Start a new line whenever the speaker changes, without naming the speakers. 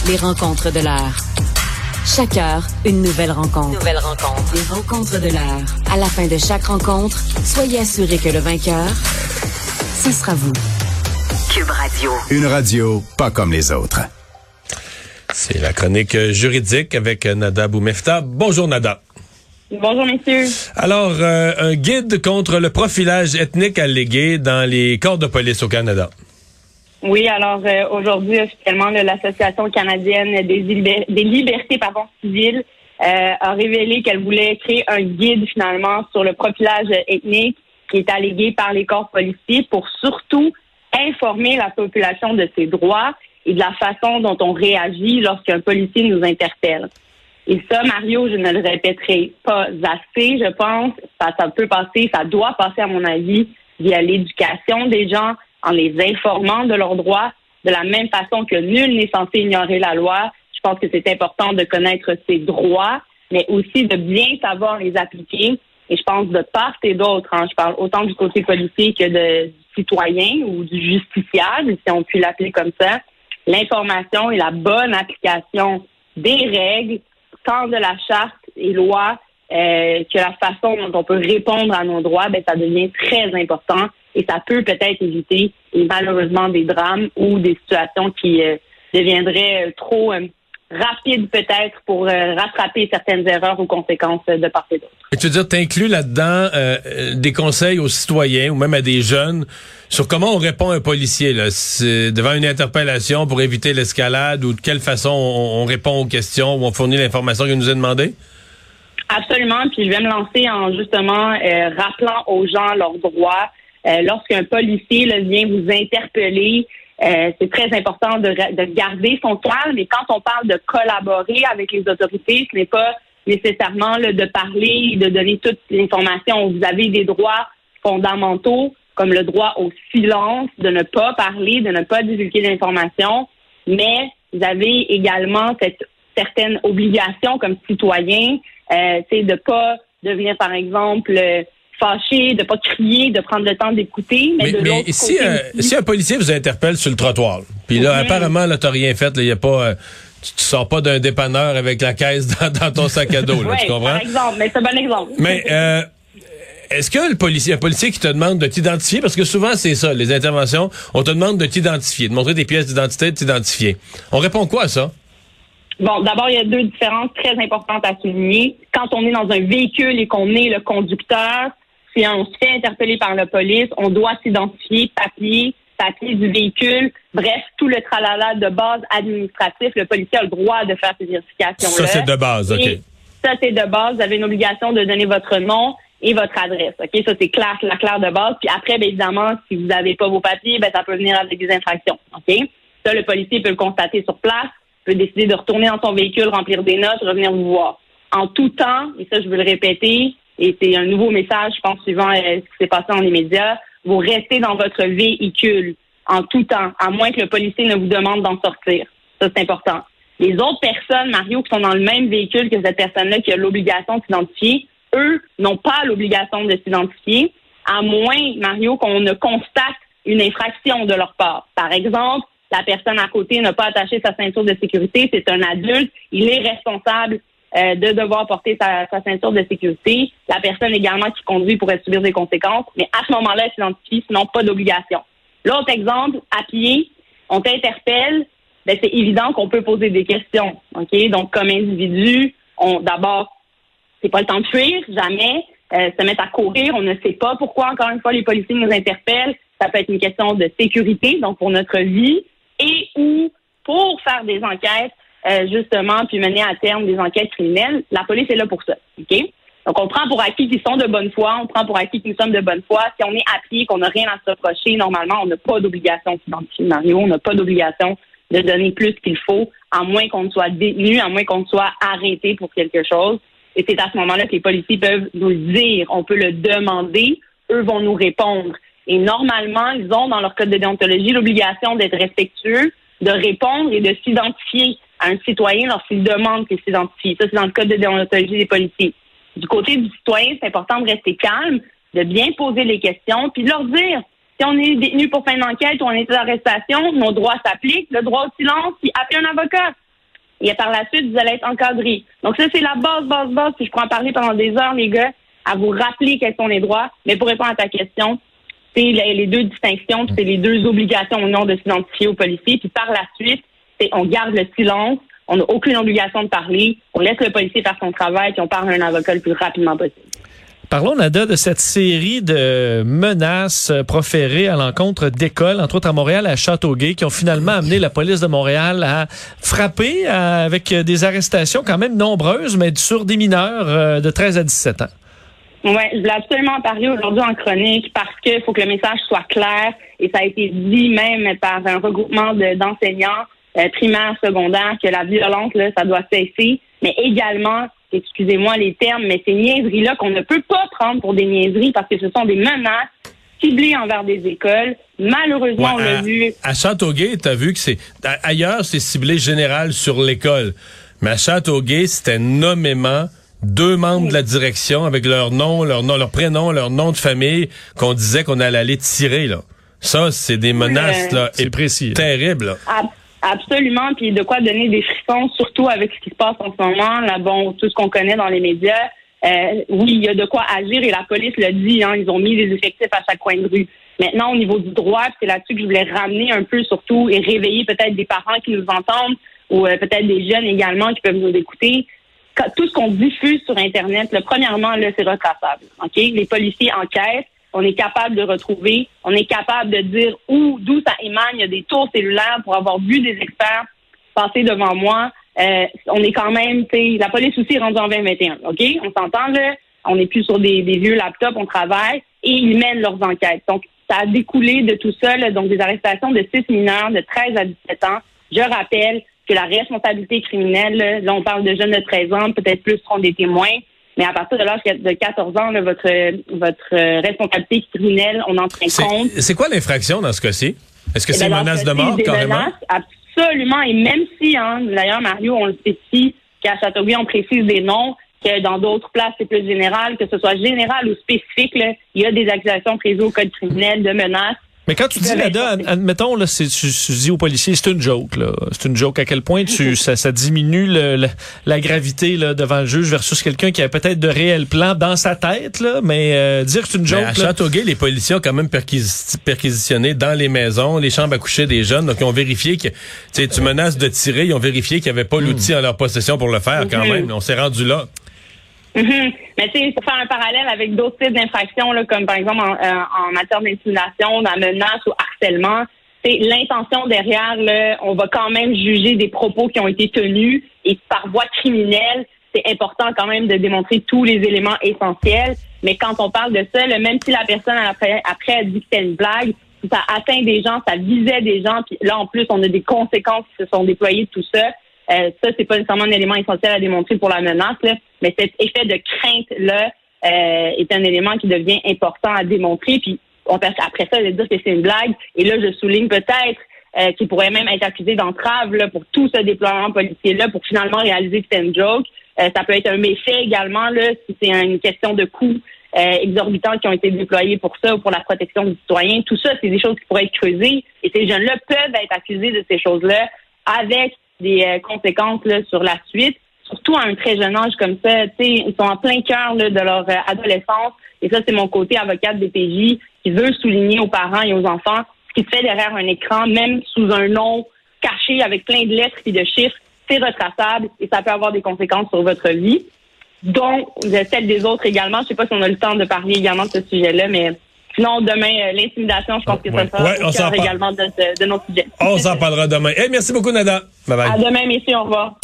Les rencontres de l'heure. Chaque heure, une nouvelle rencontre. Les rencontres de l'heure. À la fin de chaque rencontre, soyez assurés que le vainqueur, ce sera vous.
Cube Radio.
Une radio pas comme les autres.
C'est la chronique juridique avec Nada Boumefta. Bonjour Nada.
Bonjour messieurs.
Alors, un guide contre le profilage ethnique allégué dans les corps de police au Canada.
Oui, alors aujourd'hui, officiellement, l'Association canadienne des libertés civiles a révélé qu'elle voulait créer un guide finalement sur le profilage ethnique qui est allégué par les corps policiers pour surtout informer la population de ses droits et de la façon dont on réagit lorsqu'un policier nous interpelle. Et ça, Mario, je ne le répéterai pas assez, je pense. Ça peut passer, ça doit passer, à mon avis, via l'éducation des gens, en les informant de leurs droits, de la même façon que nul n'est censé ignorer la loi. Je pense que c'est important de connaître ses droits, mais aussi de bien savoir les appliquer. Et je pense de part et d'autre, je parle autant du côté policier que du citoyen ou du justiciable, si on peut l'appeler comme ça, l'information et la bonne application des règles, tant de la charte et loi, que la façon dont on peut répondre à nos droits, ça devient très important. Et ça peut peut-être éviter, et malheureusement, des drames ou des situations qui deviendraient trop rapides peut-être pour rattraper certaines erreurs ou conséquences de part et d'autre.
Et tu veux dire, t'inclus là-dedans des conseils aux citoyens ou même à des jeunes sur comment on répond à un policier là, devant une interpellation pour éviter l'escalade ou de quelle façon on répond aux questions ou on fournit l'information qu'il nous a demandé?
Absolument. Puis je vais me lancer en justement rappelant aux gens leurs droits. Lorsqu'un policier vient vous interpeller, c'est très important de garder son calme. Et quand on parle de collaborer avec les autorités, ce n'est pas nécessairement de parler et de donner toute l'information. Vous avez des droits fondamentaux, comme le droit au silence, de ne pas parler, de ne pas divulguer l'information, mais vous avez également cette certaine obligation comme citoyen, de ne pas devenir, par exemple, fâché, de pas crier, de prendre le temps d'écouter. Mais
si un policier vous interpelle sur le trottoir, puis là, apparemment, là, t'as rien fait, il y a pas... tu sors pas d'un dépanneur avec la caisse dans ton sac à dos, là, tu comprends?
Par exemple, mais c'est un bon exemple.
Mais est-ce que un policier qui te demande de t'identifier, parce que souvent c'est ça, les interventions, on te demande de t'identifier, de montrer tes pièces d'identité, de t'identifier. On répond quoi à ça?
Bon, d'abord, il y a deux différences très importantes à souligner. Quand on est dans un véhicule et qu'on est le conducteur, si on se fait interpeller par la police, on doit s'identifier, papier du véhicule, bref, tout le tralala de base administratif. Le policier a le droit de faire ces vérifications-là.
Ça, c'est de base, OK.
Et ça, c'est de base. Vous avez une obligation de donner votre nom et votre adresse, OK? Ça, c'est clair de base. Puis après, évidemment, si vous n'avez pas vos papiers, ça peut venir avec des infractions, OK? Ça, le policier peut le constater sur place, peut décider de retourner dans son véhicule, remplir des notes, revenir vous voir. En tout temps, et ça, je veux le répéter, et c'est un nouveau message, je pense, suivant ce qui s'est passé dans les médias, vous restez dans votre véhicule en tout temps, à moins que le policier ne vous demande d'en sortir. Ça, c'est important. Les autres personnes, Mario, qui sont dans le même véhicule que cette personne-là qui a l'obligation de s'identifier, eux n'ont pas l'obligation de s'identifier, à moins, Mario, qu'on ne constate une infraction de leur part. Par exemple, la personne à côté n'a pas attaché sa ceinture de sécurité, c'est un adulte, il est responsable de devoir porter sa ceinture de sécurité. La personne également qui conduit pourrait subir des conséquences, mais à ce moment-là, elle s'identifie, sinon pas d'obligation. L'autre exemple, à pied, on t'interpelle, c'est évident qu'on peut poser des questions. Ok, donc comme individu, d'abord, c'est pas le temps de fuir, jamais. Se mettre à courir, on ne sait pas pourquoi, encore une fois, les policiers nous interpellent. Ça peut être une question de sécurité, donc pour notre vie, et ou pour faire des enquêtes, justement, puis mener à terme des enquêtes criminelles. La police est là pour ça, OK? Donc, on prend pour acquis qu'ils sont de bonne foi, on prend pour acquis que nous sommes de bonne foi. Si on est à pied, qu'on n'a rien à se reprocher, normalement, on n'a pas d'obligation de s'identifier, Mario, on n'a pas d'obligation de donner plus qu'il faut, à moins qu'on ne soit détenu, à moins qu'on ne soit arrêté pour quelque chose. Et c'est à ce moment-là que les policiers peuvent nous le dire. On peut le demander, eux vont nous répondre. Et normalement, ils ont dans leur code de déontologie l'obligation d'être respectueux, de répondre et de s'identifier à un citoyen lorsqu'il demande qu'il s'identifie. Ça, c'est dans le code de déontologie des policiers. Du côté du citoyen, c'est important de rester calme, de bien poser les questions, puis de leur dire, si on est détenu pour fin d'enquête ou en état d'arrestation, nos droits s'appliquent, le droit au silence, puis appeler un avocat. et par la suite, vous allez être encadré. Donc ça, c'est la base, puis je pourrais en parler pendant des heures, les gars, à vous rappeler quels sont les droits. Mais pour répondre à ta question, c'est les deux distinctions, puis c'est les deux obligations au nom de s'identifier aux policiers. Puis par la suite, on garde le silence, on n'a aucune obligation de parler, on laisse le policier faire son travail, puis on parle à un avocat le plus rapidement possible.
Parlons, Nada, de cette série de menaces proférées à l'encontre d'écoles, entre autres à Montréal, à Châteauguay, qui ont finalement amené la police de Montréal à frapper avec des arrestations quand même nombreuses, mais sur des mineurs de 13 à 17 ans.
Oui, je voulais absolument en parler aujourd'hui en chronique parce qu'il faut que le message soit clair et ça a été dit même par un regroupement d'enseignants primaires, secondaires, que la violence, là, ça doit cesser, mais également, excusez-moi les termes, mais ces niaiseries-là qu'on ne peut pas prendre pour des niaiseries parce que ce sont des menaces ciblées envers des écoles. Malheureusement, on l'a vu.
À Châteauguay, t'as vu que ailleurs, c'est ciblé général sur l'école. Mais à Châteauguay, c'était nommément 2 membres de la direction avec leur prénom, leur nom de famille, qu'on disait qu'on allait aller tirer, là. Ça, c'est des menaces, là.
C'est précis.
Terrible, là.
Absolument, puis de quoi donner des frissons, surtout avec ce qui se passe en ce moment, là, bon, tout ce qu'on connaît dans les médias. Oui, il y a de quoi agir et la police l'a dit, hein, ils ont mis des effectifs à chaque coin de rue. Maintenant, au niveau du droit, c'est là-dessus que je voulais ramener un peu surtout et réveiller peut-être des parents qui nous entendent ou peut-être des jeunes également qui peuvent nous écouter. Tout ce qu'on diffuse sur Internet, là, premièrement, là, c'est retraçable. OK? Les policiers enquêtent. On est capable de retrouver, on est capable de dire d'où ça émane. Il y a des tours cellulaires pour avoir vu des experts passer devant moi. On est quand même, la police aussi est rendue en 2021, OK? On s'entend, là, on n'est plus sur des vieux laptops, on travaille et ils mènent leurs enquêtes. Donc, ça a découlé de tout ça, là, donc des arrestations de 6 mineurs de 13 à 17 ans. Je rappelle que la responsabilité criminelle, là, on parle de jeunes de 13 ans, peut-être plus seront des témoins. Mais à partir de l'âge de 14 ans, là, votre responsabilité criminelle, on en tient compte.
C'est quoi l'infraction dans ce cas-ci? Est-ce que c'est une menace de mort, carrément?
Menaces, absolument. Et même si, d'ailleurs, Mario, on le sait ici, qu'à Châteauguay, on précise des noms, que dans d'autres places, c'est plus général, que ce soit général ou spécifique, là, il y a des accusations prises au code criminel de menaces.
Mais quand tu dis, Nada, admettons, là, tu dis aux policiers, c'est une joke, là. C'est une joke. À quel point ça diminue la gravité, là, devant le juge versus quelqu'un qui a peut-être de réels plans dans sa tête, là, mais dire que c'est une joke.
À Châteauguay, les policiers ont quand même perquisitionné dans les maisons, les chambres à coucher des jeunes. Donc, ils ont vérifié que, tu menaces de tirer, ils ont vérifié qu'il n'y avait pas l'outil en leur possession pour le faire, quand même. On s'est rendu là.
Mais tu sais, pour faire un parallèle avec d'autres types d'infractions, là, comme par exemple en matière d'intimidation, de menace ou harcèlement, c'est l'intention derrière, là, on va quand même juger des propos qui ont été tenus et par voie criminelle, c'est important quand même de démontrer tous les éléments essentiels. Mais quand on parle de ça, là, même si la personne après a dit que c'était une blague, ça atteint des gens, ça visait des gens, puis là en plus on a des conséquences qui se sont déployées de tout ça. Ça, c'est pas nécessairement un élément essentiel à démontrer pour la menace, là, mais cet effet de crainte-là est un élément qui devient important à démontrer. Puis après ça, de dire que c'est une blague. Et là, je souligne peut-être qu'il pourrait même être accusé d'entrave là, pour tout ce déploiement policier-là, pour finalement réaliser que c'est une joke. Ça peut être un méfait également, là, si c'est une question de coûts exorbitants qui ont été déployés pour ça ou pour la protection du citoyen. Tout ça, c'est des choses qui pourraient être creusées. Et ces jeunes-là peuvent être accusés de ces choses-là avec des conséquences là, sur la suite, surtout à un très jeune âge comme ça. Ils sont en plein cœur là, de leur adolescence. Et ça, c'est mon côté avocate DPJ qui veut souligner aux parents et aux enfants ce qui se fait derrière un écran, même sous un nom caché avec plein de lettres et de chiffres. C'est retraçable et ça peut avoir des conséquences sur votre vie. Donc, celle des autres également. Je sais pas si on a le temps de parler également de ce sujet-là, mais sinon, demain, l'intimidation, je pense que ça sera au cœur également de nos sujets.
On s'en parlera demain. Merci beaucoup, Nada. Bye bye.
À demain, messieurs. Au revoir.